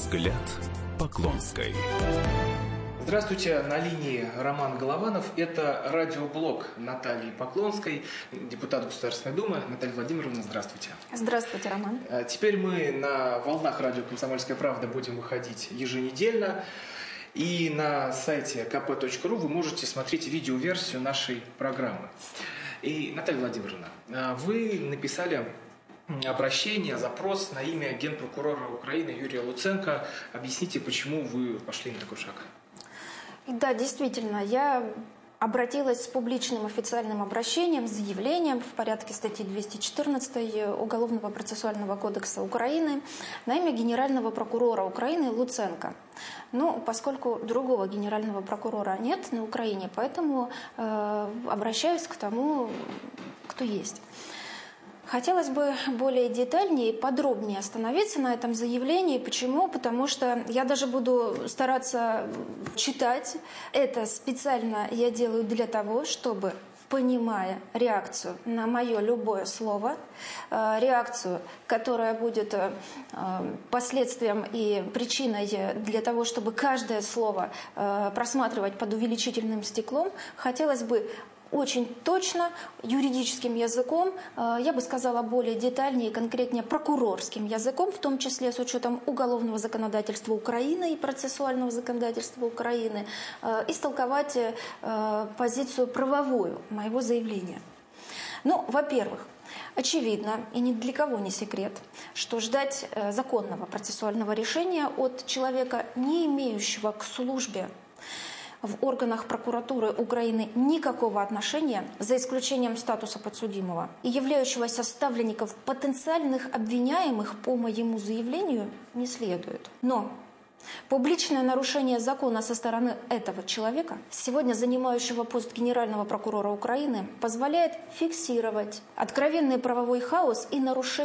Взгляд Поклонской. Здравствуйте, на линии Роман Голованов. Это радиоблог Натальи Поклонской, депутат Государственной Думы. Наталья Владимировна, здравствуйте. Здравствуйте, Роман. Теперь мы на волнах радио «Комсомольская правда» будем выходить еженедельно. И на сайте kp.ru вы можете смотреть видеоверсию нашей программы. И, Наталья Владимировна, вы написали обращение, запрос на имя генпрокурора Украины Юрия Луценко. Объясните, почему вы пошли на такой шаг? Да, действительно, я обратилась с публичным официальным обращением, с заявлением в порядке статьи 214 Уголовного процессуального кодекса Украины на имя генерального прокурора Украины Луценко. Поскольку другого генерального прокурора нет на Украине, поэтому обращаюсь к тому, кто есть. Хотелось бы более детальнее и подробнее остановиться на этом заявлении. Почему? Потому что я даже буду стараться читать. Это специально я делаю для того, чтобы, понимая реакцию на мое любое слово, реакцию, которая будет последствием и причиной для того, чтобы каждое слово просматривать под увеличительным стеклом, хотелось бы очень точно, юридическим языком, я бы сказала более детальнее и конкретнее прокурорским языком, в том числе с учетом уголовного законодательства Украины и процессуального законодательства Украины, истолковать позицию правовую моего заявления. Во-первых, очевидно, и ни для кого не секрет, что ждать законного процессуального решения от человека, не имеющего к службе в органах прокуратуры Украины никакого отношения, за исключением статуса подсудимого, и являющегося ставленником потенциальных обвиняемых по моему заявлению, не следует. Но публичное нарушение закона со стороны этого человека, сегодня занимающего пост генерального прокурора Украины, позволяет фиксировать откровенный правовой хаос и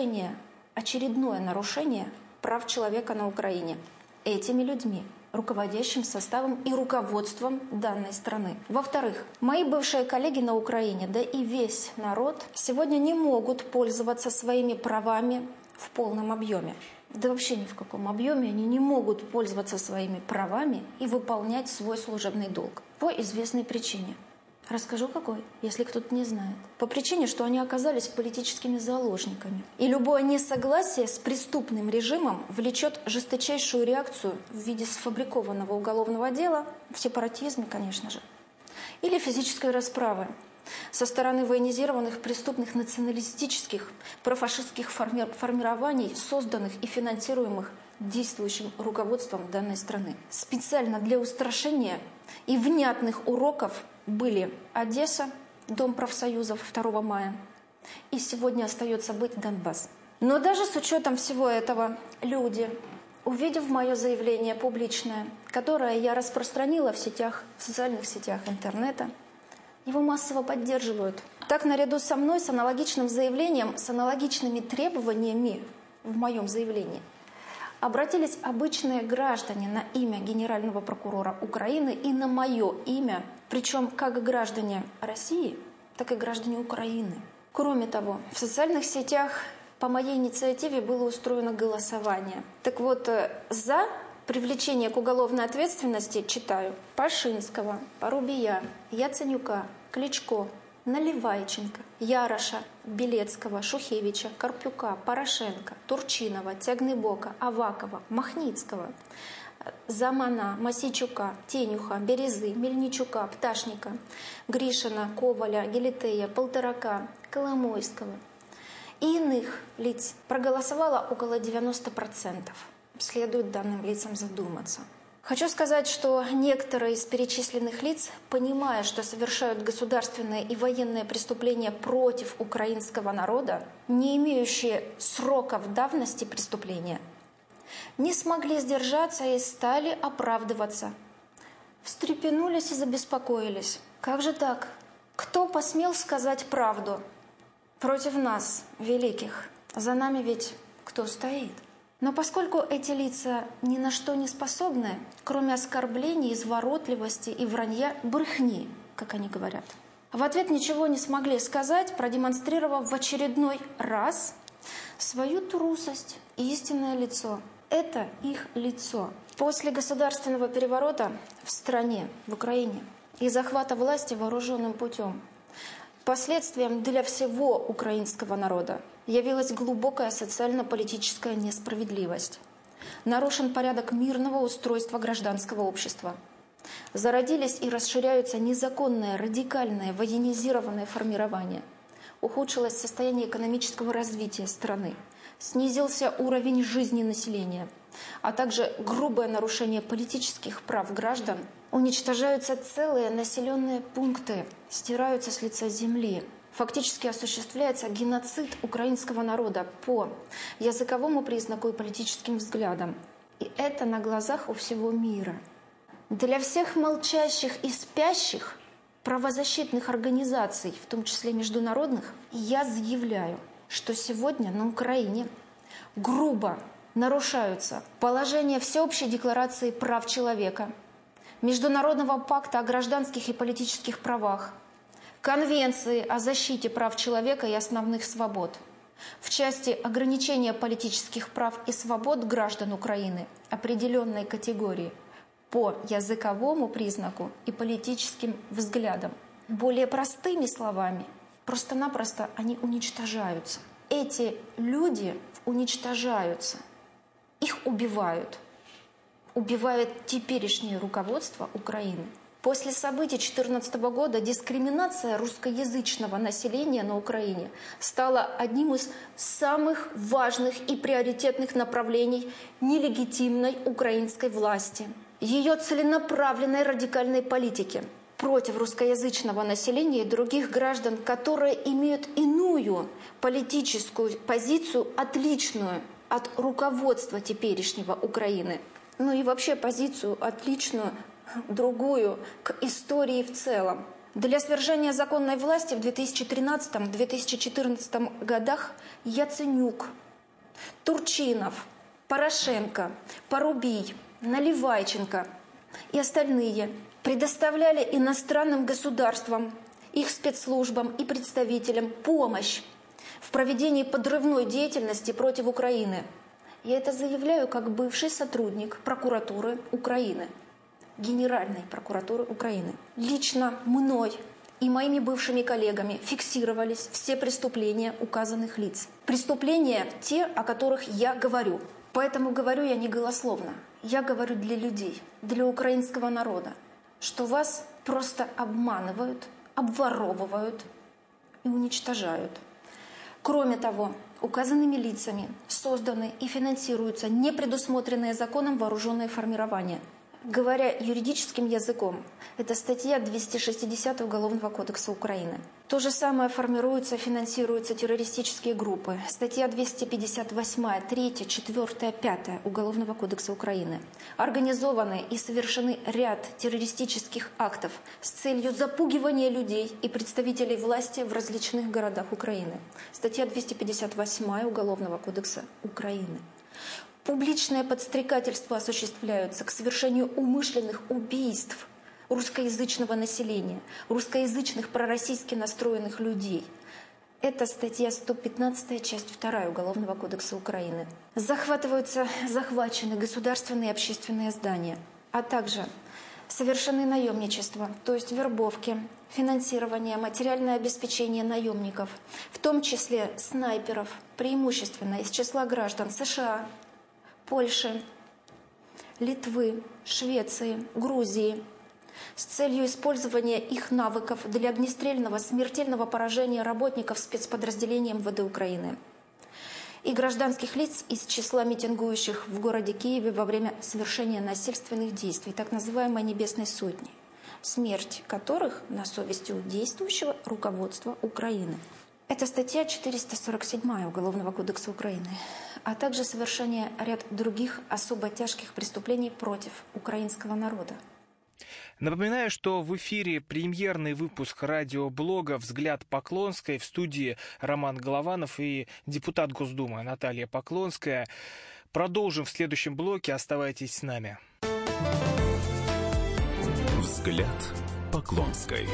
очередное нарушение прав человека на Украине этими людьми, руководящим составом и руководством данной страны. Во-вторых, мои бывшие коллеги на Украине, да и весь народ сегодня не могут пользоваться своими правами в полном объеме. Да вообще ни в каком объеме они не могут пользоваться своими правами и выполнять свой служебный долг. По известной причине. Расскажу какой, если кто-то не знает. По причине, что они оказались политическими заложниками. И любое несогласие с преступным режимом влечет жесточайшую реакцию в виде сфабрикованного уголовного дела, в сепаратизме, конечно же, или физической расправы со стороны военизированных преступных националистических, профашистских формирований, созданных и финансируемых действующим руководством данной страны. Специально для устрашения и внятных уроков были Одесса, Дом профсоюзов 2 мая, и сегодня остается быть Донбасс. Но даже с учетом всего этого люди, увидев мое заявление публичное, которое я распространила в социальных сетях интернета, его массово поддерживают. Так, наряду со мной, с аналогичным заявлением, с аналогичными требованиями в моем заявлении, обратились обычные граждане на имя генерального прокурора Украины и на мое имя, причем как граждане России, так и граждане Украины. Кроме того, в социальных сетях по моей инициативе было устроено голосование. Так вот, за привлечение к уголовной ответственности читаю Пашинского, Порубия, Яценюка, Кличко, Наливайченко, Яроша, Белецкого, Шухевича, Карпюка, Порошенко, Турчинова, Тягнебока, Авакова, Махницкого, Замана, Масичука, Тенюха, Березы, Мельничука, Пташника, Гришина, Коваля, Гелитея, Полторака, Коломойского и иных лиц проголосовало около 90%. Следует данным лицам задуматься. Хочу сказать, что некоторые из перечисленных лиц, понимая, что совершают государственные и военные преступления против украинского народа, не имеющие сроков давности преступления, не смогли сдержаться и стали оправдываться. Встрепенулись и забеспокоились. Как же так? Кто посмел сказать правду против нас, великих? За нами ведь кто стоит? Но поскольку эти лица ни на что не способны, кроме оскорблений, изворотливости и вранья, брехни, как они говорят, в ответ ничего не смогли сказать, продемонстрировав в очередной раз свою трусость и истинное лицо. это их лицо. После государственного переворота в стране, в Украине, и захвата власти вооруженным путем, последствием для всего украинского народа явилась глубокая социально-политическая несправедливость. Нарушен порядок мирного устройства гражданского общества. Зародились и расширяются незаконные, радикальные, военизированные формирования. Ухудшилось состояние экономического развития страны. Снизился уровень жизни населения, а также грубое нарушение политических прав граждан. Уничтожаются целые населенные пункты, стираются с лица земли. Фактически осуществляется геноцид украинского народа по языковому признаку и политическим взглядам. И это на глазах у всего мира. Для всех молчащих и спящих правозащитных организаций, в том числе международных, я заявляю, что сегодня на Украине грубо нарушаются положения Всеобщей декларации прав человека, Международного пакта о гражданских и политических правах, Конвенции о защите прав человека и основных свобод в части ограничения политических прав и свобод граждан Украины определенной категории по языковому признаку и политическим взглядам. Более простыми словами, просто-напросто они уничтожаются. Эти люди уничтожаются, их убивают. Убивает теперешнее руководство Украины. После событий 2014 года дискриминация русскоязычного населения на Украине стала одним из самых важных и приоритетных направлений нелегитимной украинской власти. Ее целенаправленной радикальной политики против русскоязычного населения и других граждан, которые имеют иную политическую позицию, отличную от руководства теперешнего Украины. Ну и вообще позицию отличную, другую к истории в целом. Для свержения законной власти в 2013-2014 годах Яценюк, Турчинов, Порошенко, Порубий, Наливайченко и остальные предоставляли иностранным государствам, их спецслужбам и представителям помощь в проведении подрывной деятельности против Украины. Я это заявляю как бывший сотрудник прокуратуры Украины. Генеральной прокуратуры Украины. Лично мной и моими бывшими коллегами фиксировались все преступления указанных лиц. Преступления те, о которых я говорю. Поэтому говорю я не голословно. Я говорю для людей, для украинского народа, что вас просто обманывают, обворовывают и уничтожают. Кроме того, указанными лицами созданы и финансируются непредусмотренные законом вооруженные формирования. Говоря юридическим языком, это статья 260 Уголовного кодекса Украины. То же самое формируются, финансируются террористические группы. Статья 258, 3, 4, 5 Уголовного кодекса Украины. Организованы и совершены ряд террористических актов с целью запугивания людей и представителей власти в различных городах Украины. Статья 258 Уголовного кодекса Украины. Публичное подстрекательство осуществляется к совершению умышленных убийств русскоязычного населения, русскоязычных пророссийски настроенных людей. Это статья 115, часть 2 Уголовного кодекса Украины. Захвачены государственные и общественные здания, а также совершены наемничество, то есть вербовки, финансирование, материальное обеспечение наемников, в том числе снайперов, преимущественно из числа граждан США, Польши, Литвы, Швеции, Грузии, с целью использования их навыков для огнестрельного смертельного поражения работников спецподразделений МВД Украины и гражданских лиц из числа митингующих в городе Киеве во время совершения насильственных действий, так называемой «Небесной сотни», смерть которых на совести у действующего руководства Украины. Это статья 447 Уголовного кодекса Украины, а также совершение ряд других особо тяжких преступлений против украинского народа. Напоминаю, что в эфире премьерный выпуск радиоблога «Взгляд Поклонской», в студии Роман Голованов и депутат Госдумы Наталья Поклонская. Продолжим в следующем блоке. Оставайтесь с нами. «Взгляд Поклонской».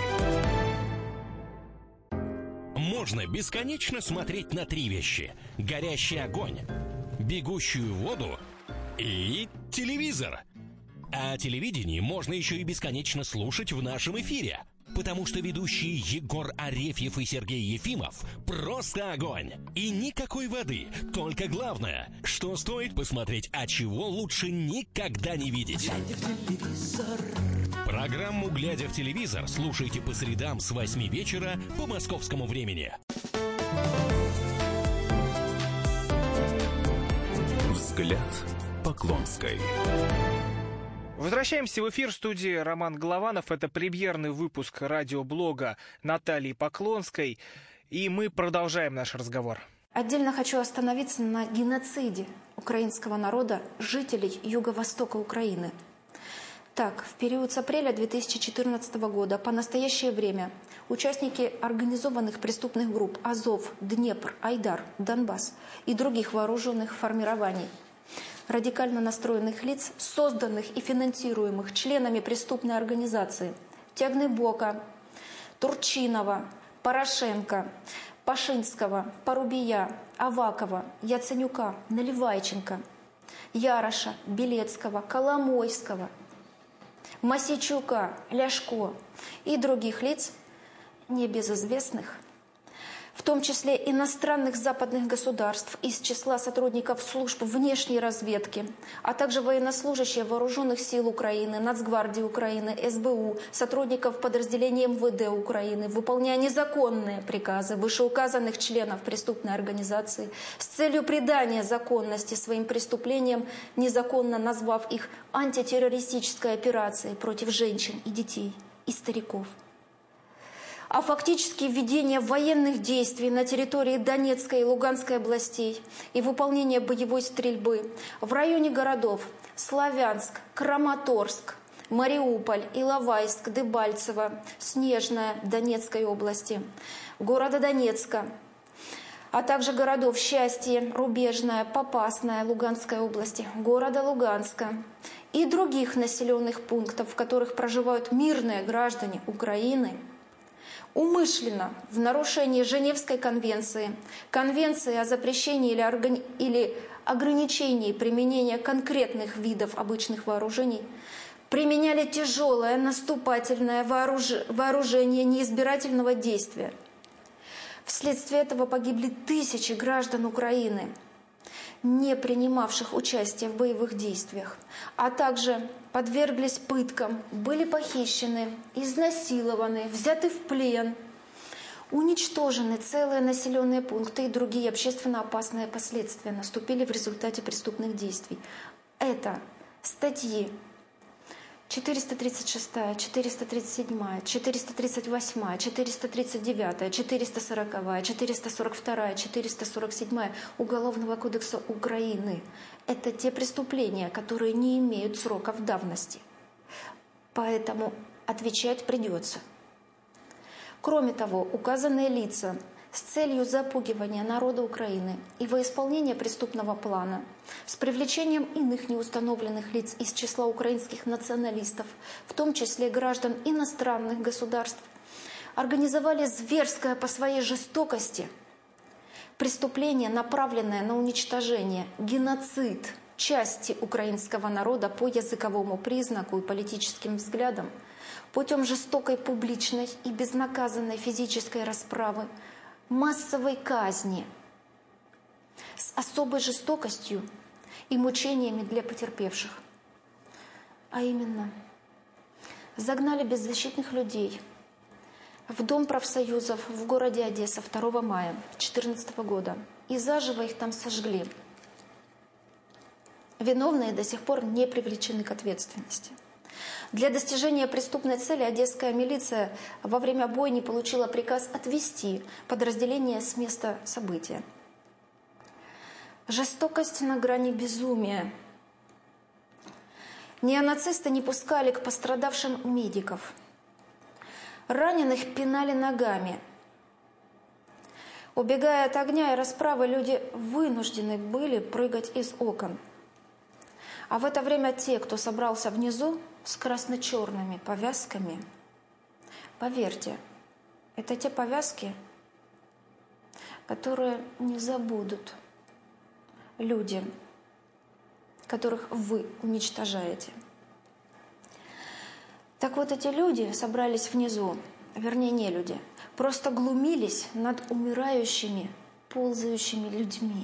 Можно бесконечно смотреть на три вещи: горящий огонь, бегущую воду и телевизор. А телевидение можно еще и бесконечно слушать в нашем эфире. Потому что ведущие Егор Арефьев и Сергей Ефимов просто огонь. И никакой воды, только главное, что стоит посмотреть, а чего лучше никогда не видеть. Глядя в телевизор. Программу «Глядя в телевизор» слушайте по средам с 8 вечера по московскому времени. Взгляд Поклонской. Возвращаемся в эфир. В студии Роман Голованов. Это премьерный выпуск радиоблога Натальи Поклонской. И мы продолжаем наш разговор. Отдельно хочу остановиться на геноциде украинского народа, жителей Юго-Востока Украины. Так, в период с апреля 2014 года по настоящее время участники организованных преступных групп «Азов», «Днепр», «Айдар», «Донбасс» и других вооруженных формирований, радикально настроенных лиц, созданных и финансируемых членами преступной организации Тягнебока, Турчинова, Порошенко, Пашинского, Порубия, Авакова, Яценюка, Наливайченко, Яроша, Белецкого, Коломойского, Масичука, Ляшко и других лиц, небезызвестных, в том числе иностранных западных государств из числа сотрудников служб внешней разведки, а также военнослужащие Вооруженных сил Украины, Нацгвардии Украины, СБУ, сотрудников подразделений МВД Украины, выполняя незаконные приказы вышеуказанных членов преступной организации с целью придания законности своим преступлениям, незаконно назвав их антитеррористической операцией против женщин и детей и стариков. А фактически введение военных действий на территории Донецкой и Луганской областей и выполнение боевой стрельбы в районе городов Славянск, Краматорск, Мариуполь, Иловайск, Дебальцево, Снежная Донецкой области, города Донецка, а также городов Счастье, Рубежная, Попасная Луганской области, города Луганска и других населенных пунктов, в которых проживают мирные граждане Украины, умышленно в нарушении Женевской конвенции, Конвенции о запрещении или ограничении применения конкретных видов обычных вооружений, применяли тяжелое наступательное вооружение неизбирательного действия. Вследствие этого погибли тысячи граждан Украины, не принимавших участие в боевых действиях, а также подверглись пыткам, были похищены, изнасилованы, взяты в плен, уничтожены целые населенные пункты и другие общественно опасные последствия наступили в результате преступных действий. Это статьи 436, 437, 438, 439, 440, 442, 447 Уголовного кодекса Украины. Это те преступления, которые не имеют сроков давности. Поэтому отвечать придется. Кроме того, указанные лица с целью запугивания народа Украины и во исполнение преступного плана, с привлечением иных неустановленных лиц из числа украинских националистов, в том числе граждан иностранных государств, организовали зверское по своей жестокости преступление, направленное на уничтожение, геноцид части украинского народа по языковому признаку и политическим взглядам, путем жестокой публичной и безнаказанной физической расправы, массовой казни с особой жестокостью и мучениями для потерпевших. А именно, загнали беззащитных людей в Дом профсоюзов в городе Одесса 2 мая 2014 года и заживо их там сожгли. Виновные до сих пор не привлечены к ответственности. Для достижения преступной цели одесская милиция во время бойни получила приказ отвести подразделение с места события. Жестокость на грани безумия. Неонацисты не пускали к пострадавшим медиков. Раненых пинали ногами. Убегая от огня и расправы, люди вынуждены были прыгать из окон. А в это время те, кто собрался внизу с красно-черными повязками, поверьте, это те повязки, которые не забудут люди, которых вы уничтожаете. Так вот, эти люди собрались внизу, вернее, не люди, просто глумились над умирающими, ползающими людьми,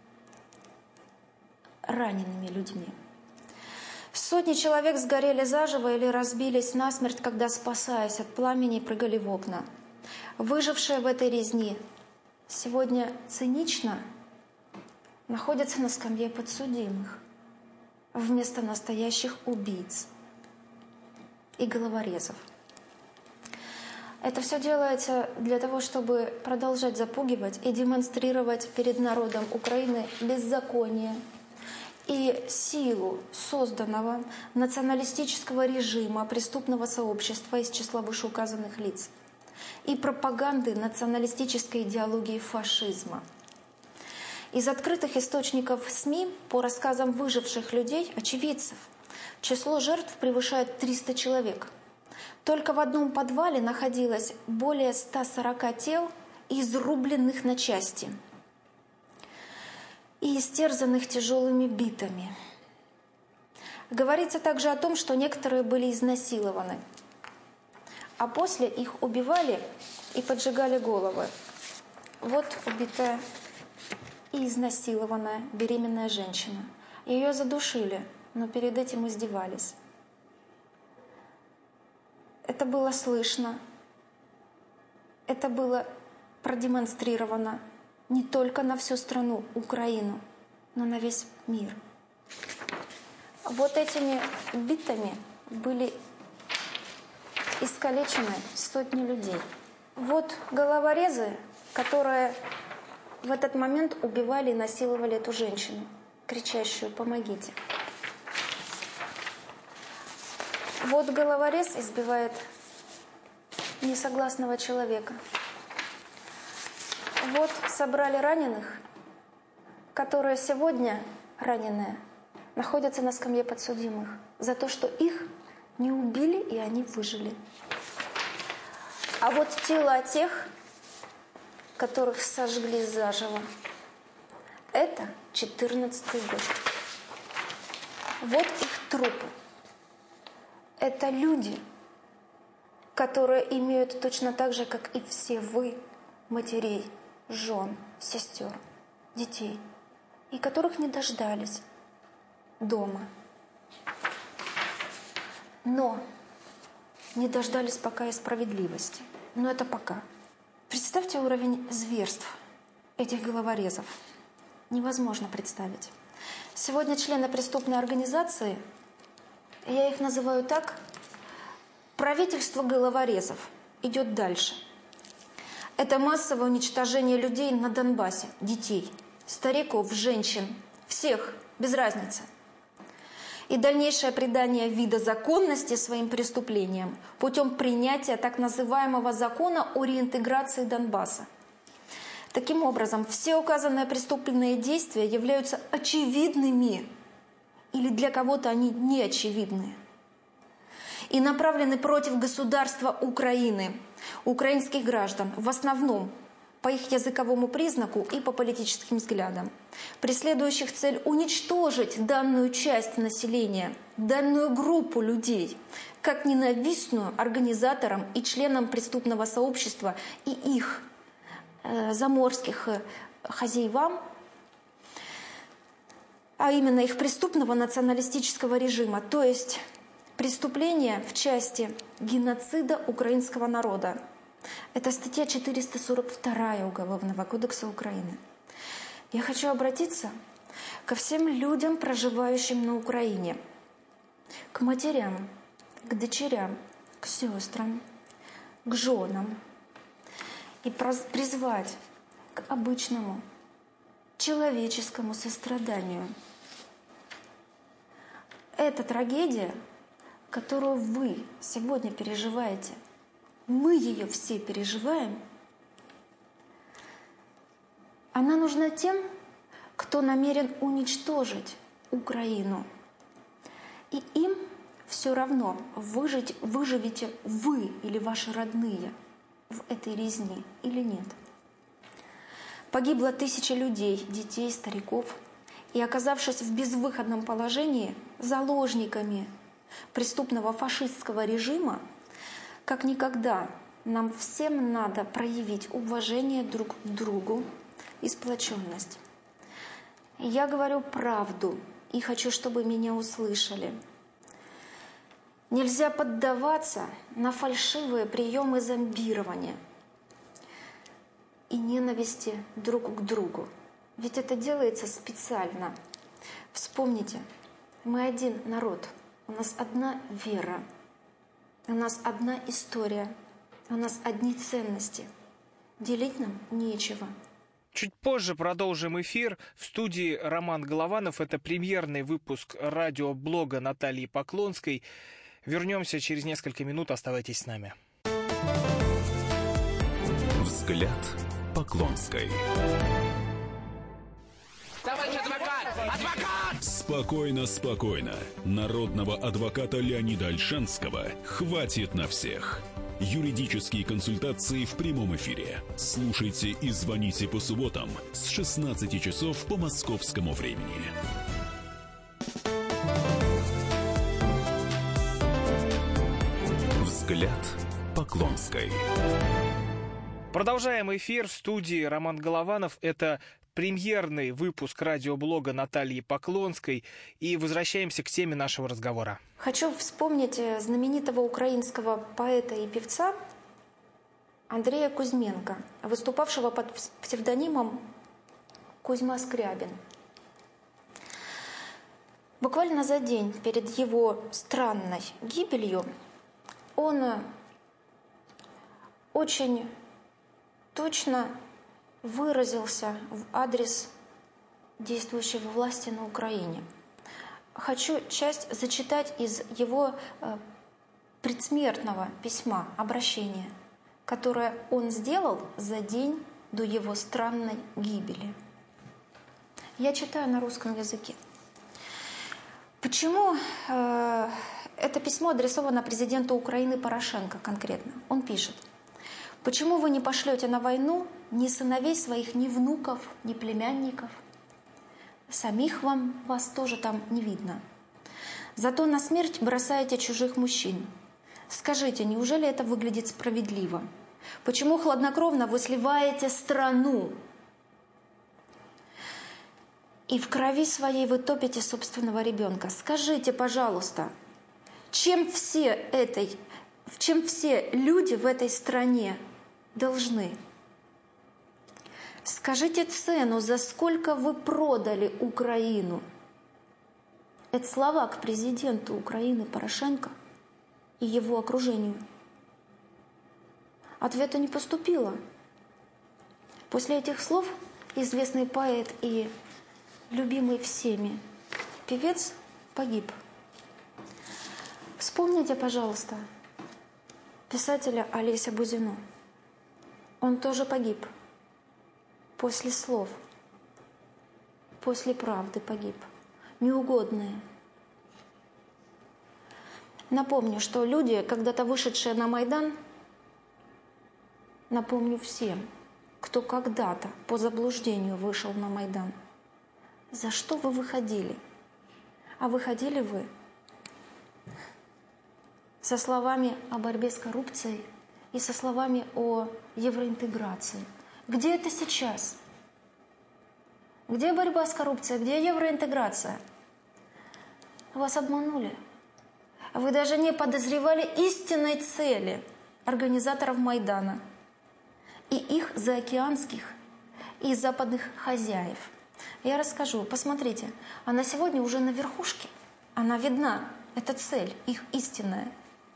ранеными людьми. Сотни человек сгорели заживо или разбились насмерть, когда, спасаясь от пламени, прыгали в окна. Выжившие в этой резни сегодня цинично находятся на скамье подсудимых вместо настоящих убийц и головорезов. Это все делается для того, чтобы продолжать запугивать и демонстрировать перед народом Украины беззаконие и силу созданного националистического режима преступного сообщества из числа вышеуказанных лиц и пропаганды националистической идеологии фашизма. Из открытых источников СМИ, по рассказам выживших людей, очевидцев, число жертв превышает 300 человек. Только в одном подвале находилось более 140 тел, изрубленных на части и истерзанных тяжелыми битами. Говорится также о том, что некоторые были изнасилованы, а после их убивали и поджигали головы. Вот убитая и изнасилованная беременная женщина. Ее задушили, но перед этим издевались. Это было слышно, это было продемонстрировано не только на всю страну, Украину, но на весь мир. Вот этими битами были искалечены сотни людей. Вот головорезы, которые в этот момент убивали и насиловали эту женщину, кричащую «помогите». Вот головорез избивает несогласного человека. Вот собрали раненых, которые сегодня, раненые, находятся на скамье подсудимых за то, что их не убили и они выжили. А вот тела тех, которых сожгли заживо, это 14-й год. Вот их трупы. Это люди, которые имеют точно так же, как и все вы, матерей, жен, сестер, детей, и которых не дождались дома. Но не дождались пока и справедливости. Но это пока. Представьте уровень зверств этих головорезов. Невозможно представить. Сегодня члены преступной организации, я их называю так, правительство головорезов идет дальше. Это массовое уничтожение людей на Донбассе, детей, стариков, женщин, всех, без разницы. И дальнейшее придание вида законности своим преступлениям путем принятия так называемого закона о реинтеграции Донбасса. Таким образом, все указанные преступные действия являются очевидными, или для кого-то они неочевидные, и направлены против государства Украины, украинских граждан, в основном по их языковому признаку и по политическим взглядам, преследующих цель уничтожить данную часть населения, данную группу людей, как ненавистную организаторам и членам преступного сообщества и их заморских хозяевам, а именно их преступного националистического режима, то есть преступления в части геноцида украинского народа. Это статья 442 Уголовного кодекса Украины. Я хочу обратиться ко всем людям, проживающим на Украине, к матерям, к дочерям, к сестрам, к женам, и призвать к обычному человеческому состраданию. Эта трагедия, которую вы сегодня переживаете, мы ее все переживаем, она нужна тем, кто намерен уничтожить Украину. И им все равно, выживете вы или ваши родные в этой резне или нет. Погибло 1000 людей, детей, стариков. и оказавшись в безвыходном положении, заложниками преступного фашистского режима, как никогда нам всем надо проявить уважение друг к другу и сплоченность. Я говорю правду и хочу, чтобы меня услышали. Нельзя поддаваться на фальшивые приемы зомбирования и ненависти друг к другу. Ведь это делается специально. Вспомните, мы один народ, у нас одна вера, у нас одна история, у нас одни ценности. Делить нам нечего. Чуть позже продолжим эфир. В студии Роман Голованов. Это премьерный выпуск радиоблога Натальи Поклонской. Вернемся через несколько минут. Оставайтесь с нами. Взгляд Поклонской. Товарищ адвокат! Адвокат! Спокойно, спокойно. Народного адвоката Леонида Ольшанского хватит на всех. Юридические консультации в прямом эфире. Слушайте и звоните по субботам с 16 часов по московскому времени. Взгляд Поклонской. Продолжаем эфир. В студии Роман Голованов. Это премьерный выпуск радиоблога Натальи Поклонской. И возвращаемся к теме нашего разговора. Хочу вспомнить знаменитого украинского поэта и певца Андрея Кузьменко, выступавшего под псевдонимом Кузьма Скрябин. Буквально за день перед его странной гибелью он очень точно выразился в адрес действующей власти на Украине. Хочу часть зачитать из его предсмертного письма, обращения, которое он сделал за день до его странной гибели. Я читаю на русском языке. Почему это письмо адресовано президенту Украины Порошенко конкретно? Он пишет: «Почему вы не пошлете на войну ни сыновей своих, ни внуков, ни племянников? Самих вас тоже там не видно. Зато на смерть бросаете чужих мужчин. Скажите, неужели это выглядит справедливо? Почему хладнокровно вы сливаете страну? И в крови своей вы топите собственного ребенка. Скажите, пожалуйста, чем все люди в этой стране должны? Скажите цену, за сколько вы продали Украину?» Это слова к президенту Украины Порошенко и его окружению. Ответа не поступило. После этих слов известный поэт и любимый всеми певец погиб. Вспомните, пожалуйста, писателя Олеся Бузину. Он тоже погиб. После слов, после правды погиб. Неугодные. Напомню, что люди, когда-то вышедшие на Майдан, напомню всем, кто когда-то по заблуждению вышел на Майдан, за что вы выходили? А выходили вы со словами о борьбе с коррупцией и со словами о евроинтеграции. Где это сейчас? Где борьба с коррупцией? Где евроинтеграция? Вас обманули. Вы даже не подозревали истинной цели организаторов Майдана и их заокеанских и западных хозяев. Я расскажу. Посмотрите, она сегодня уже на верхушке. Она видна. Это цель, их истинная.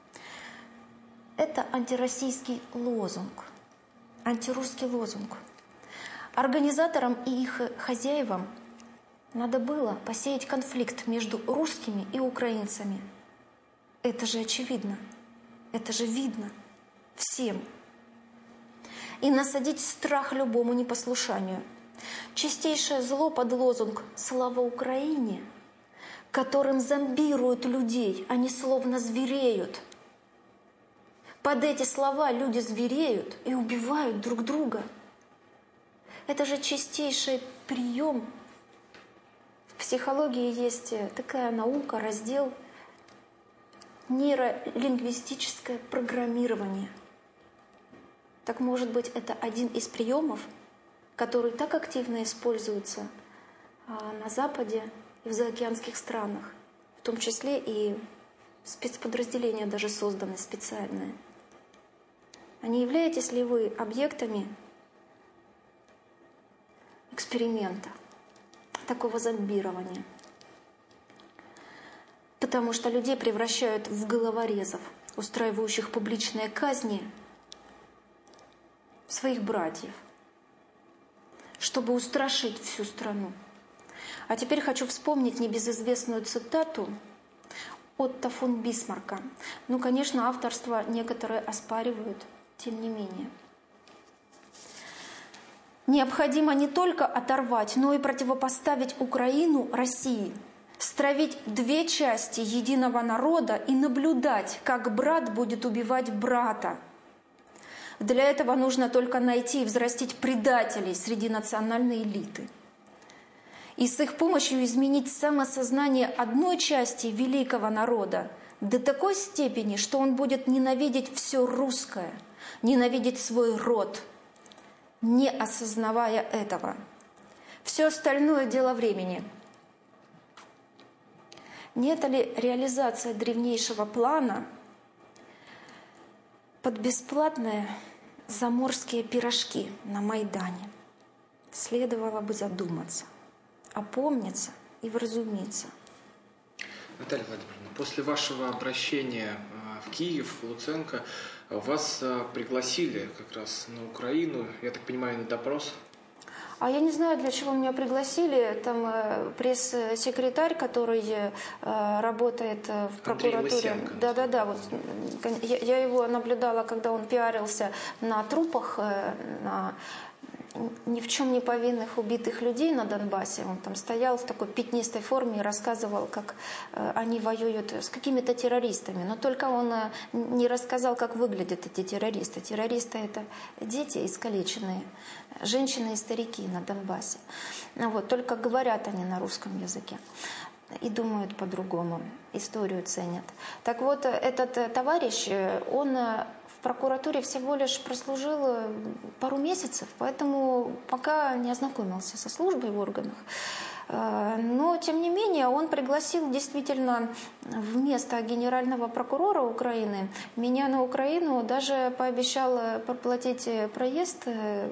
Это антироссийский лозунг. Антирусский лозунг. Организаторам и их хозяевам надо было посеять конфликт между русскими и украинцами. Это же очевидно. Это же видно всем. И насадить страх любому непослушанию. Чистейшее зло под лозунг «Слава Украине», которым зомбируют людей, они словно звереют. Под эти слова люди звереют и убивают друг друга. Это же чистейший прием в психологии есть такая наука, раздел нейролингвистическое программирование. Так может быть, это один из приемов, который так активно используется на Западе и в заокеанских странах, в том числе и спецподразделения даже созданы специальные. А не являетесь ли вы объектами эксперимента, такого зомбирования? Потому что людей превращают в головорезов, устраивающих публичные казни своих братьев, чтобы устрашить всю страну. А теперь хочу вспомнить небезызвестную цитату Отто фон Бисмарка. Ну, конечно, авторство некоторые оспаривают, тем не менее. Необходимо не только оторвать, но и противопоставить Украину России, стравить две части единого народа и наблюдать, как брат будет убивать брата. Для этого нужно только найти и взрастить предателей среди национальной элиты. И с их помощью изменить самосознание одной части великого народа до такой степени, что он будет ненавидеть все русское, ненавидеть свой род, не осознавая этого. Все остальное – дело времени. Не это ли реализация древнейшего плана под бесплатные заморские пирожки на Майдане? Следовало бы задуматься, опомниться и вразумиться. Наталья Владимировна, после вашего обращения в Киев, в Луценко, вас пригласили как раз на Украину, я так понимаю, на допрос? А я не знаю, для чего меня пригласили. Там пресс-секретарь, который работает в прокуратуре. Да. Вот, я его наблюдала, когда он пиарился на трупах, на ни в чем не повинных убитых людей на Донбассе. Он там стоял в такой пятнистой форме и рассказывал, как они воюют с какими-то террористами. Но только он не рассказал, как выглядят эти террористы. Террористы – это дети искалеченные, женщины и старики на Донбассе. Вот, только говорят они на русском языке и думают по-другому, историю ценят. Так вот, этот товарищ, он в прокуратуре всего лишь прослужил пару месяцев, поэтому пока не ознакомился со службой в органах. Но, тем не менее, он пригласил действительно вместо генерального прокурора Украины меня на Украину, даже пообещал проплатить проезд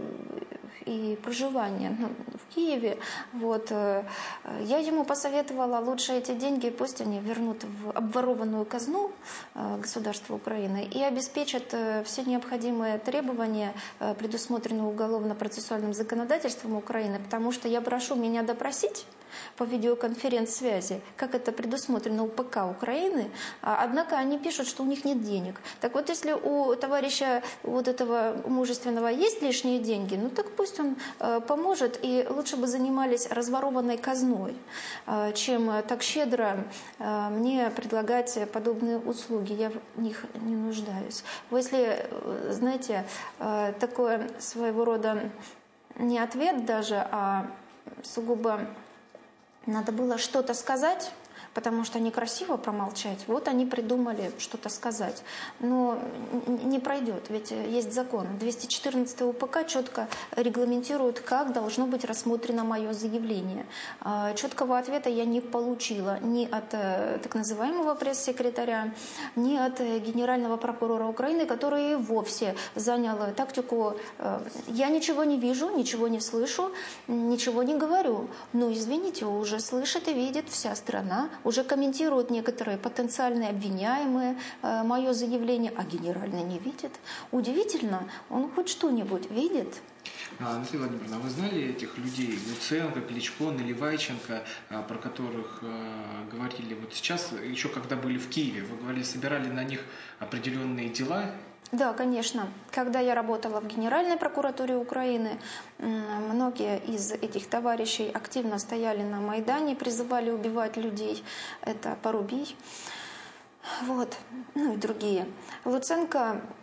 и проживание в Киеве. Вот. Я ему посоветовала, лучше эти деньги пусть они вернут в обворованную казну государства Украины и обеспечат все необходимые требования, предусмотренные уголовно-процессуальным законодательством Украины, потому что я прошу меня допросить по видеоконференц-связи, как это предусмотрено у ПК Украины, однако они пишут, что у них нет денег. Так вот, если у товарища вот этого мужественного есть лишние деньги, ну так пусть он поможет, и лучше бы занимались разворованной казной, чем так щедро мне предлагать подобные услуги. Я в них не нуждаюсь. Если, знаете, такое своего рода не ответ даже, а сугубо надо было что-то сказать, потому что некрасиво промолчать. Вот они придумали что-то сказать. Но не пройдет, ведь есть закон. 214 УПК четко регламентирует, как должно быть рассмотрено мое заявление. Четкого ответа я не получила ни от так называемого пресс-секретаря, ни от генерального прокурора Украины, который вовсе занял тактику «я ничего не вижу, ничего не слышу, ничего не говорю». Но, извините, уже слышит и видит вся страна, уже комментируют некоторые потенциальные обвиняемые мое заявление, а генеральный не видит. Удивительно, он хоть что-нибудь видит. Наталья Владимировна, вы знали этих людей, Луценко, Кличко, Наливайченко, про которых говорили вот сейчас, еще когда были в Киеве, вы говорили, собирали на них определенные дела? Да, конечно. Когда я работала в Генеральной прокуратуре Украины, многие из этих товарищей активно стояли на Майдане, призывали убивать людей. Это Порубий, вот, ну и другие. Луценко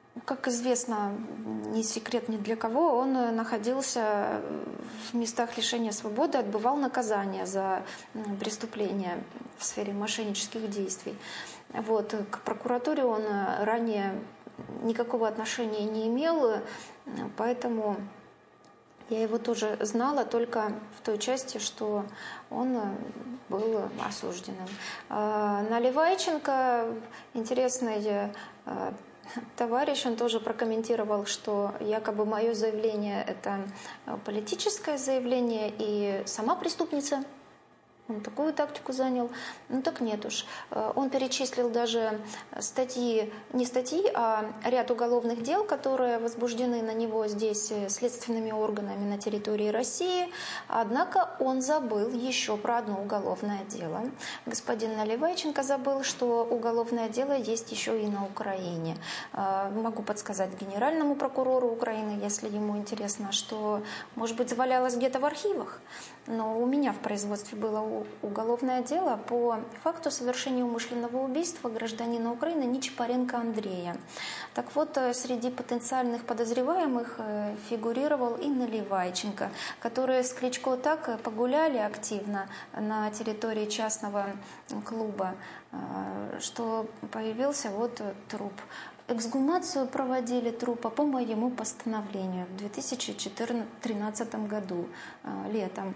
Как известно, не секрет ни для кого, он находился в местах лишения свободы, отбывал наказание за преступления в сфере мошеннических действий. Вот. К прокуратуре он ранее никакого отношения не имел, поэтому я его тоже знала только в той части, что он был осужденным. Наливайченко, интересный товарищ, он тоже прокомментировал, что якобы мое заявление – это политическое заявление, и сама преступница. Он такую тактику занял. Ну так нет уж. Он перечислил даже не статьи, а ряд уголовных дел, которые возбуждены на него здесь следственными органами на территории России. Однако он забыл еще про одно уголовное дело. Господин Наливайченко забыл, что уголовное дело есть еще и на Украине. Могу подсказать генеральному прокурору Украины, если ему интересно, что, может быть, завалялось где-то в архивах. Но у меня в производстве было уголовное дело по факту совершения умышленного убийства гражданина Украины Нечипаренко Андрея. Так вот, среди потенциальных подозреваемых фигурировал и Наливайченко, которые с Кличко так погуляли активно на территории частного клуба, что появился вот труп. Эксгумацию проводили трупа по моему постановлению в 2013 году, летом.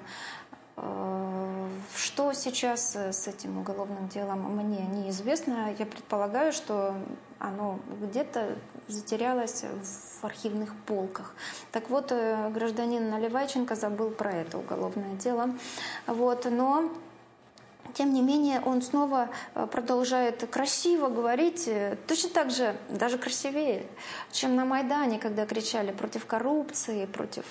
Что сейчас с этим уголовным делом, мне неизвестно. Я предполагаю, что оно где-то затерялось в архивных полках. Так вот, гражданин Наливайченко забыл про это уголовное дело. Вот, но тем не менее, он снова продолжает красиво говорить, точно так же, даже красивее, чем на Майдане, когда кричали против коррупции, против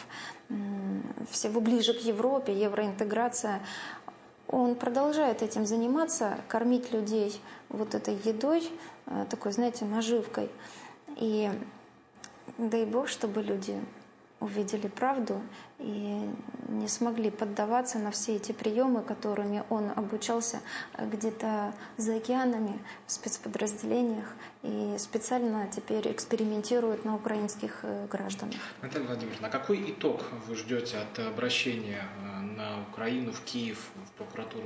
всего ближе к Европе, евроинтеграция. Он продолжает этим заниматься, кормить людей вот этой едой, такой, знаете, наживкой. И дай Бог, чтобы люди увидели правду и не смогли поддаваться на все эти приемы, которыми он обучался где-то за океанами, в спецподразделениях, и специально теперь экспериментирует на украинских гражданах. Наталья Владимировна, а какой итог вы ждете от обращения на Украину, в Киев, в прокуратуру?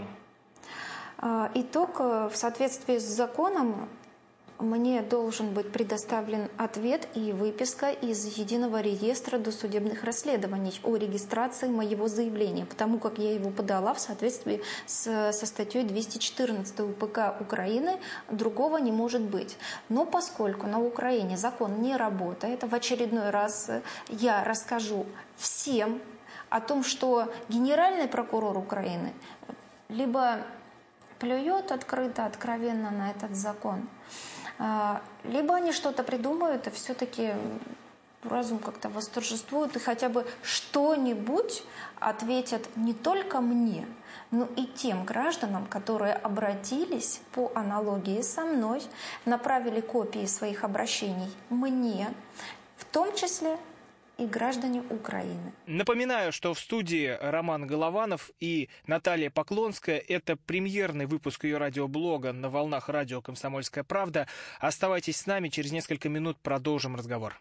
Итог в соответствии с законом. Мне должен быть предоставлен ответ и выписка из Единого реестра досудебных расследований о регистрации моего заявления, потому как я его подала в соответствии со статьей 214 УПК Украины, другого не может быть. Но поскольку на Украине закон не работает, в очередной раз я расскажу всем о том, что генеральный прокурор Украины либо плюет открыто, откровенно на этот закон, либо они что-то придумают, и все-таки разум как-то восторжествует, и хотя бы что-нибудь ответят не только мне, но и тем гражданам, которые обратились по аналогии со мной, направили копии своих обращений мне, в том числе и граждане Украины. Напоминаю, что в студии Роман Голованов и Наталья Поклонская. Это премьерный выпуск ее радиоблога на волнах радио «Комсомольская правда». Оставайтесь с нами, через несколько минут продолжим разговор.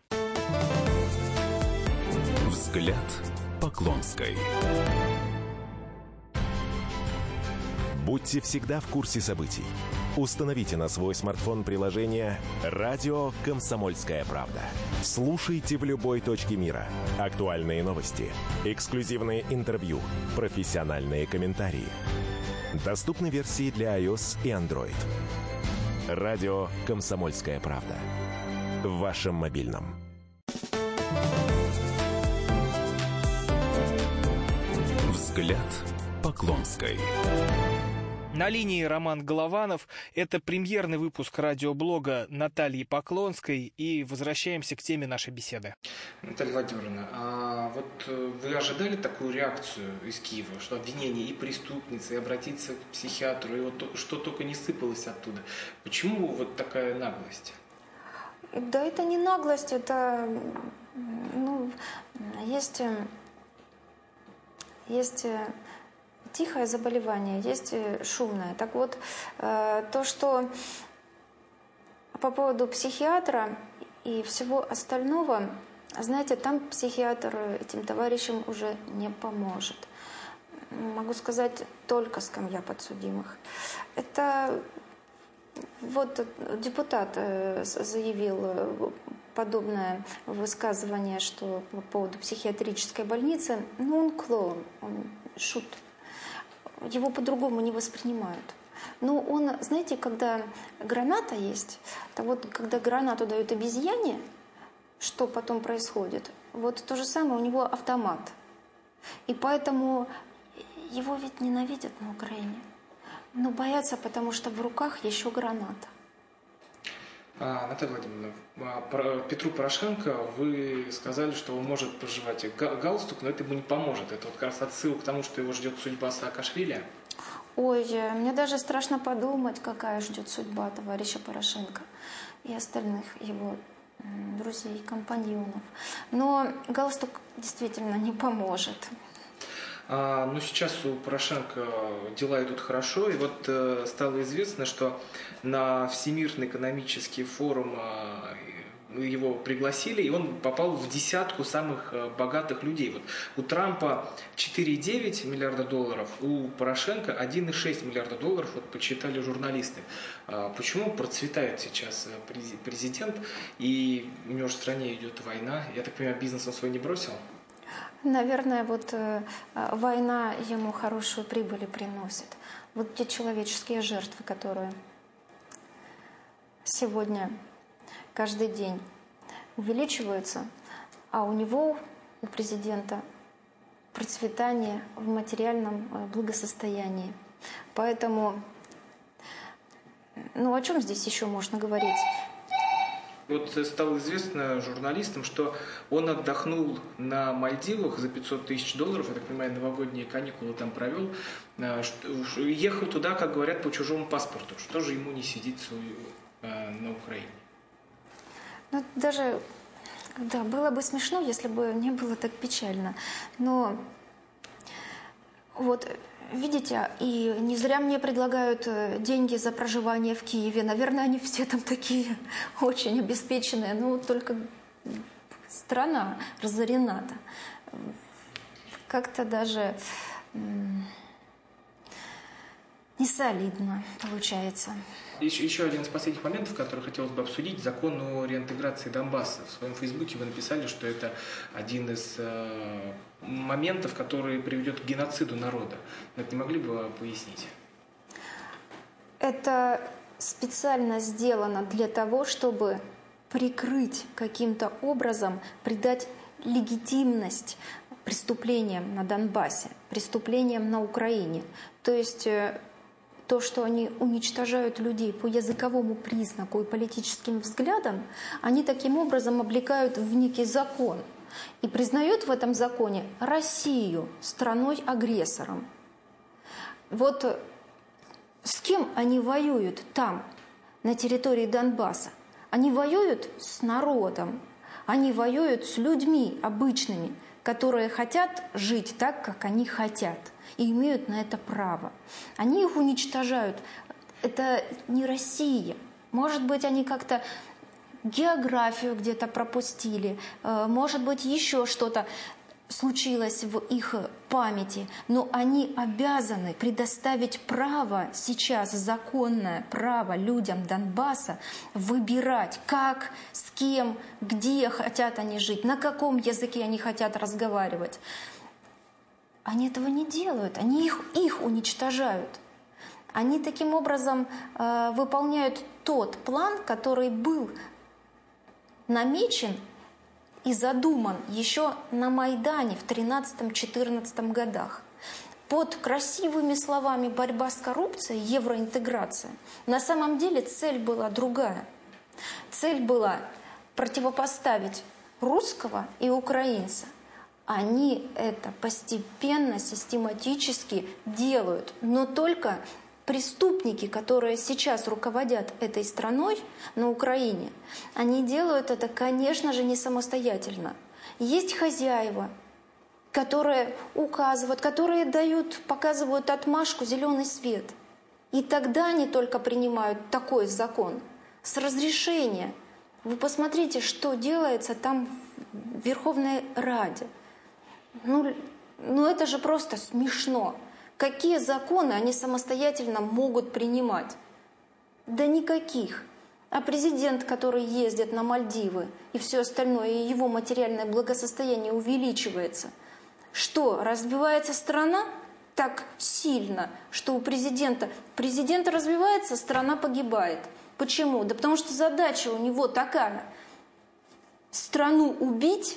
Взгляд Поклонской. Будьте всегда в курсе событий. Установите на свой смартфон приложение «Радио Комсомольская правда». Слушайте в любой точке мира. Актуальные новости, эксклюзивные интервью, профессиональные комментарии. Доступны версии для iOS и Android. «Радио Комсомольская правда». В вашем мобильном. Взгляд Поклонской. На линии Роман Голованов. Это премьерный выпуск радиоблога Натальи Поклонской. И возвращаемся к теме нашей беседы. Наталья Владимировна, а вот вы ожидали такую реакцию из Киева, что обвинение и преступницы, и обратиться к психиатру, и вот что только не сыпалось оттуда? Почему вот такая наглость? Да это не наглость, это есть тихое заболевание, есть шумное. Так вот, то, что по поводу психиатра и всего остального, знаете, там психиатр этим товарищам уже не поможет. Могу сказать, только скамья подсудимых. Это вот депутат заявил подобное высказывание, что по поводу психиатрической больницы. Ну, он клоун, он шут. Его по-другому не воспринимают. Но он, знаете, когда граната есть, то вот когда гранату дают обезьяне, что потом происходит? Вот то же самое, у него автомат. И поэтому его ведь ненавидят на Украине. Но боятся, потому что в руках еще граната. Наталья Владимировна, про Петру Порошенко вы сказали, что он может пожевать галстук, но это ему не поможет. Это вот как раз отсыл к тому, что его ждет судьба Саакашвили. Ой, мне даже страшно подумать, какая ждет судьба товарища Порошенко и остальных его друзей, компаньонов. Но галстук действительно не поможет. Но сейчас у Порошенко дела идут хорошо, и вот стало известно, что на Всемирный экономический форум его пригласили, и он попал в десятку самых богатых людей. Вот у Трампа 4,9 миллиарда долларов, у Порошенко 1,6 миллиарда долларов, вот подсчитали журналисты. Почему процветает сейчас президент, и у него же в стране идет война? Я так понимаю, бизнес он свой не бросил? Наверное, вот война ему хорошую прибыль приносит. Вот те человеческие жертвы, которые сегодня каждый день увеличиваются, а у него, у президента, процветание в материальном благосостоянии. Поэтому, о чем здесь еще можно говорить? Вот стало известно журналистам, что он отдохнул на Мальдивах за 500 тысяч долларов, я так понимаю, новогодние каникулы там провел, ехал туда, как говорят, по чужому паспорту. Что же ему не сидится на Украине? Даже, да, было бы смешно, если бы не было так печально. Но вот, видите, и не зря мне предлагают деньги за проживание в Киеве. Наверное, они все там такие очень обеспеченные. Только страна разорена-то. Как-то даже не солидно получается. Еще один из последних моментов, который хотелось бы обсудить, закон о реинтеграции Донбасса. В своем фейсбуке вы написали, что это один из моментов, который приведет к геноциду народа. Это не могли бы пояснить? Это специально сделано для того, чтобы прикрыть каким-то образом, придать легитимность преступлениям на Донбассе, преступлениям на Украине. То есть то, что они уничтожают людей по языковому признаку и политическим взглядам, они таким образом облекают в некий закон и признают в этом законе Россию страной-агрессором. Вот с кем они воюют там, на территории Донбасса? Они воюют с народом, они воюют с людьми обычными, которые хотят жить так, как они хотят, и имеют на это право. Они их уничтожают. Это не Россия. Может быть, они как-то географию где-то пропустили, может быть, еще что-то случилось в их памяти, но они обязаны предоставить право сейчас, законное право людям Донбасса выбирать, как, с кем, где хотят они жить, на каком языке они хотят разговаривать. Они этого не делают, они их уничтожают. Они таким образом выполняют тот план, который был намечен и задуман еще на Майдане в 13-14 годах. Под красивыми словами «борьба с коррупцией», «евроинтеграция» на самом деле цель была другая. Цель была противопоставить русского и украинца. Они это постепенно, систематически делают, но только преступники, которые сейчас руководят этой страной на Украине, они делают это, конечно же, не самостоятельно. Есть хозяева, которые указывают, которые показывают отмашку, зеленый свет. И тогда они только принимают такой закон с разрешения Вы посмотрите, что делается там в Верховной Раде. Ну это же просто смешно. Какие законы они самостоятельно могут принимать? Да никаких. А президент, который ездит на Мальдивы и все остальное, и его материальное благосостояние увеличивается, что, развивается страна так сильно, что у президента развивается, страна погибает. Почему? Да потому что задача у него такая: страну убить,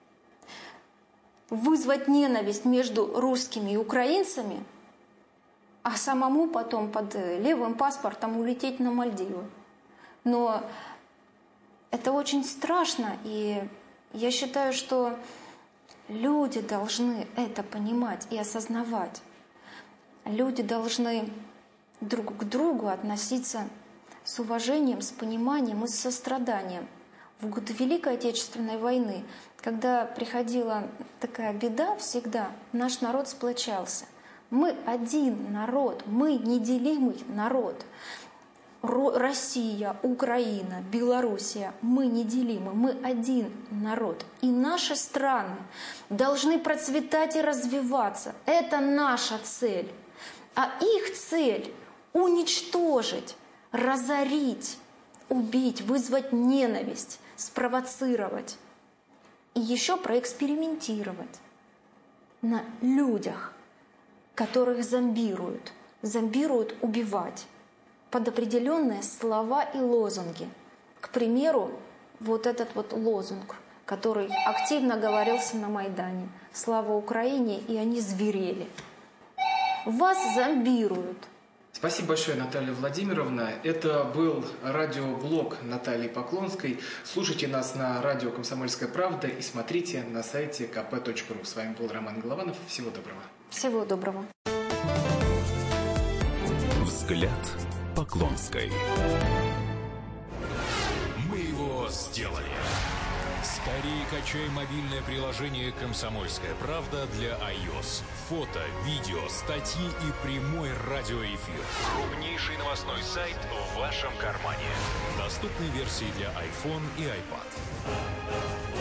вызвать ненависть между русскими и украинцами, а самому потом под левым паспортом улететь на Мальдивы. Но это очень страшно, и я считаю, что люди должны это понимать и осознавать. Люди должны друг к другу относиться с уважением, с пониманием и с состраданием. В год Великой Отечественной войны, когда приходила такая беда, всегда наш народ сплочался. Мы один народ, мы неделимый народ. Россия, Украина, Белоруссия, мы неделимы, мы один народ. И наши страны должны процветать и развиваться. Это наша цель. А их цель — уничтожить, разорить, убить, вызвать ненависть, спровоцировать. И еще проэкспериментировать на людях, которых зомбируют убивать под определенные слова и лозунги. К примеру, вот этот вот лозунг, который активно говорился на Майдане: «Слава Украине!», и они зверели. Вас зомбируют. Спасибо большое, Наталья Владимировна. Это был радиоблог Натальи Поклонской. Слушайте нас на радио «Комсомольская правда» и смотрите на сайте kp.ru. С вами был Роман Голованов. Всего доброго. Всего доброго. Взгляд Поклонской. Мы его сделали. Скорее качай мобильное приложение «Комсомольская правда» для iOS. Фото, видео, статьи и прямой радиоэфир. Крупнейший новостной сайт в вашем кармане. Доступны версии для iPhone и iPad.